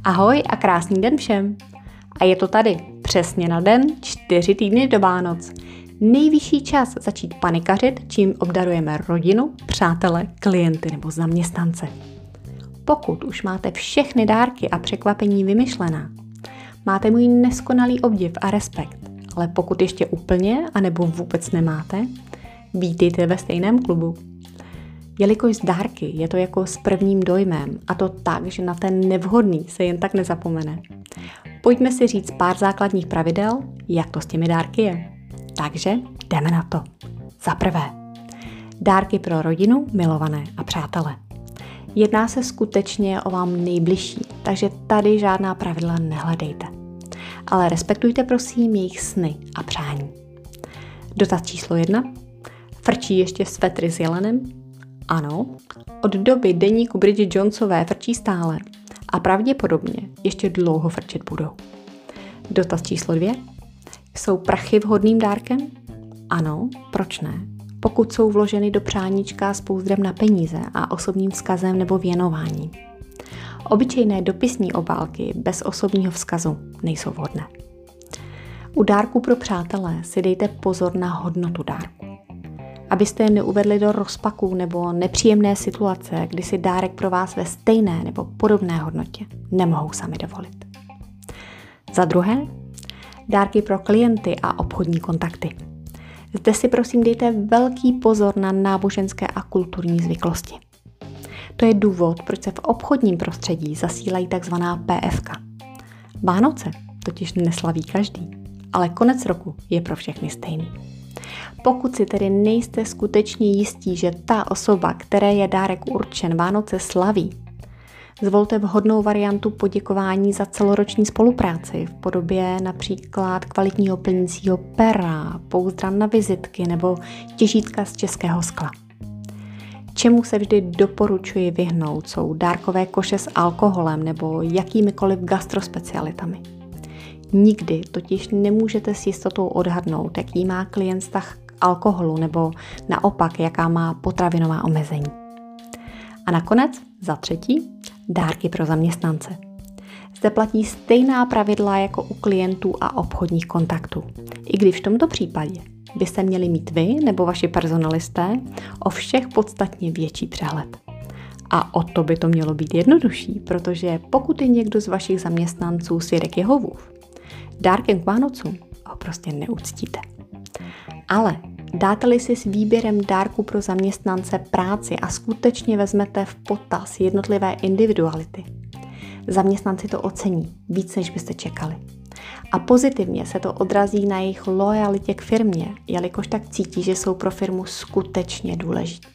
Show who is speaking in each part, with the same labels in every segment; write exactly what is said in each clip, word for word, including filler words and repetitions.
Speaker 1: Ahoj a krásný den všem. A je to tady, přesně na den, čtyři týdny do Vánoc. Nejvyšší čas začít panikařit, čím obdarujeme rodinu, přátele, klienty nebo zaměstnance. Pokud už máte všechny dárky a překvapení vymyšlená, máte můj neskonalý obdiv a respekt, ale pokud ještě úplně anebo vůbec nemáte, vítejte ve stejném klubu. Jelikož z dárky je to jako s prvním dojmem, a to tak, že na ten nevhodný se jen tak nezapomene. Pojďme si říct pár základních pravidel, jak to s těmi dárky je. Takže jdeme na to. Za prvé, dárky pro rodinu, milované a přátele. Jedná se skutečně o vám nejbližší, takže tady žádná pravidla nehledejte. Ale respektujte prosím jejich sny a přání. Dotaz číslo jedna. Frčí ještě svetry s jelenem? Ano, od doby deníku Bridget Jonesové frčí stále a pravděpodobně ještě dlouho frčet budou. Dotaz číslo dvě. Jsou prachy vhodným dárkem? Ano, proč ne? Pokud jsou vloženy do přáníčka s pouzdrem na peníze a osobním vzkazem nebo věnováním. Obyčejné dopisní obálky bez osobního vzkazu nejsou vhodné. U dárků pro přátelé si dejte pozor na hodnotu dárku. Abyste je neuvedli do rozpaků nebo nepříjemné situace, kdy si dárek pro vás ve stejné nebo podobné hodnotě nemohou sami dovolit. Za druhé, dárky pro klienty a obchodní kontakty. Zde si prosím dejte velký pozor na náboženské a kulturní zvyklosti. To je důvod, proč se v obchodním prostředí zasílají takzvaná P F ka. Vánoce totiž neslaví každý, ale konec roku je pro všechny stejný. Pokud si tedy nejste skutečně jistí, že ta osoba, které je dárek určen, Vánoce slaví, zvolte vhodnou variantu poděkování za celoroční spolupráci v podobě například kvalitního plnícího pera, pouzdra na vizitky nebo těžítka z českého skla. Čemu se vždy doporučuji vyhnout, jsou dárkové koše s alkoholem nebo jakýmikoliv gastrospecialitami. Nikdy totiž nemůžete s jistotou odhadnout, jaký má klient vztah k alkoholu nebo naopak, jaká má potravinová omezení. A nakonec, za třetí, dárky pro zaměstnance. Zde platí stejná pravidla jako u klientů a obchodních kontaktů. I když v tomto případě byste měli mít vy nebo vaši personalisté o všech podstatně větší přehled. A o to by to mělo být jednodušší, protože pokud je někdo z vašich zaměstnanců svědek Jehovův, dárkem k Vánocům ho prostě neuctíte. Ale dáte-li si s výběrem dárku pro zaměstnance práci a skutečně vezmete v potaz jednotlivé individuality, zaměstnanci to ocení víc, než byste čekali. A pozitivně se to odrazí na jejich lojalitě k firmě, jelikož tak cítí, že jsou pro firmu skutečně důležití.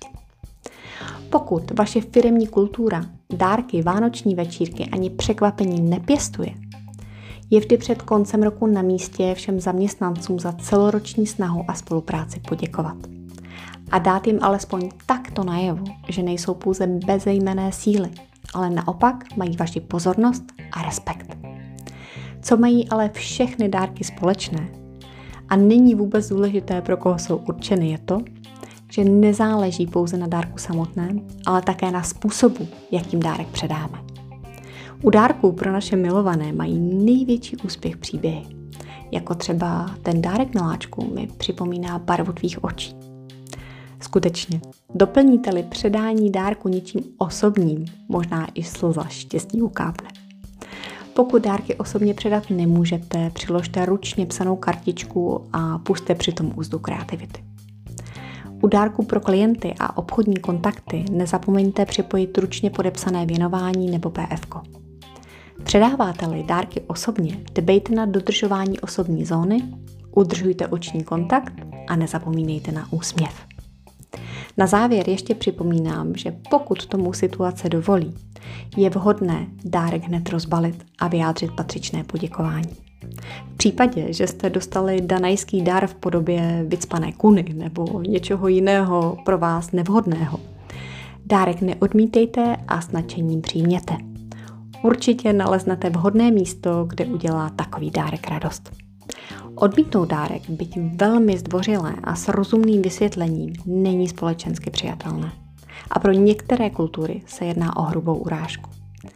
Speaker 1: Pokud vaše firemní kultura dárky, vánoční večírky ani překvapení nepěstuje, je vždy před koncem roku na místě všem zaměstnancům za celoroční snahu a spolupráci poděkovat. A dát jim alespoň takto najevo, že nejsou pouze bezejmenné síly, ale naopak mají vaši pozornost a respekt. Co mají ale všechny dárky společné a není vůbec důležité, pro koho jsou určeny, je to, že nezáleží pouze na dárku samotném, ale také na způsobu, jakým dárek předáme. U dárků pro naše milované mají největší úspěch příběhy, jako třeba ten dárek miláčku mi připomíná barvu tvých očí. Skutečně, doplníte-li předání dárku něčím osobním, možná i slza štěstí ukápne. Pokud dárky osobně předat nemůžete, přiložte ručně psanou kartičku a pusťte přitom úzdu kreativity. U dárku pro klienty a obchodní kontakty nezapomeňte připojit ručně podepsané věnování nebo P F ko. Předáváte-li dárky osobně, dbejte na dodržování osobní zóny, udržujte oční kontakt a nezapomínejte na úsměv. Na závěr ještě připomínám, že pokud tomu situace dovolí, je vhodné dárek hned rozbalit a vyjádřit patřičné poděkování. V případě, že jste dostali danajský dar v podobě vycpané kuny nebo něčeho jiného pro vás nevhodného, dárek neodmítejte a s nadšením přijměte. Určitě naleznete vhodné místo, kde udělá takový dárek radost. Odmítnout dárek, byť velmi zdvořilé a s rozumným vysvětlením, není společensky přijatelné. A pro některé kultury se jedná o hrubou urážku.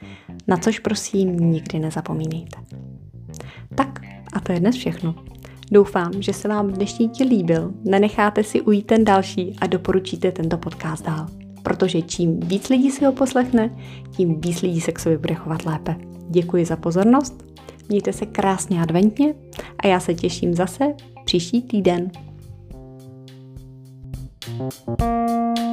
Speaker 1: na což prosím nikdy nezapomínejte. Tak a to je dnes všechno. Doufám, že se vám dnešní díl líbil, nenecháte si ujít ten další a doporučíte tento podcast dál. Protože čím víc lidí si ho poslechne, tím víc lidí se k sobě bude chovat lépe. Děkuji za pozornost, mějte se krásně adventně a já se těším zase příští týden.